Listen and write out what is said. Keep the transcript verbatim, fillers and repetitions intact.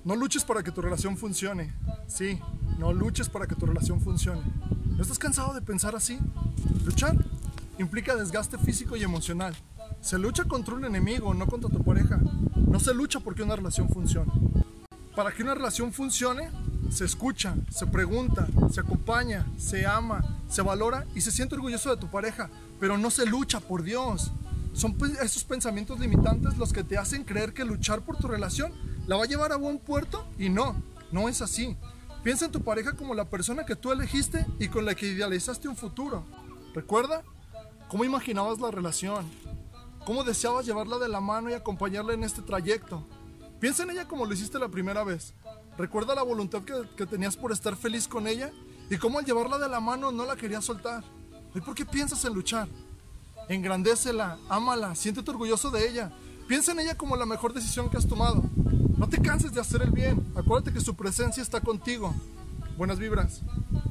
No luches para que tu relación funcione. Sí, no luches para que tu relación funcione. ¿No estás cansado de pensar así? Luchar implica desgaste físico y emocional. Se lucha contra un enemigo, no contra tu pareja. No se lucha porque una relación funcione. Para que una relación funcione, se escucha, se pregunta, se acompaña, se ama, se valora y se siente orgulloso de tu pareja. Pero no se lucha, por Dios. Son esos pensamientos limitantes los que te hacen creer que luchar por tu relación la va a llevar a buen puerto, y no, no es así. Piensa en tu pareja como la persona que tú elegiste y con la que idealizaste un futuro. ¿Recuerda cómo imaginabas la relación? ¿Cómo deseabas llevarla de la mano y acompañarla en este trayecto? Piensa en ella como lo hiciste la primera vez. Recuerda la voluntad que, que tenías por estar feliz con ella y cómo al llevarla de la mano no la querías soltar. ¿Y por qué piensas en luchar? Engrandécela, ámala, siéntete orgulloso de ella. Piensa en ella como la mejor decisión que has tomado. No te canses de hacer el bien. Acuérdate que su presencia está contigo. Buenas vibras.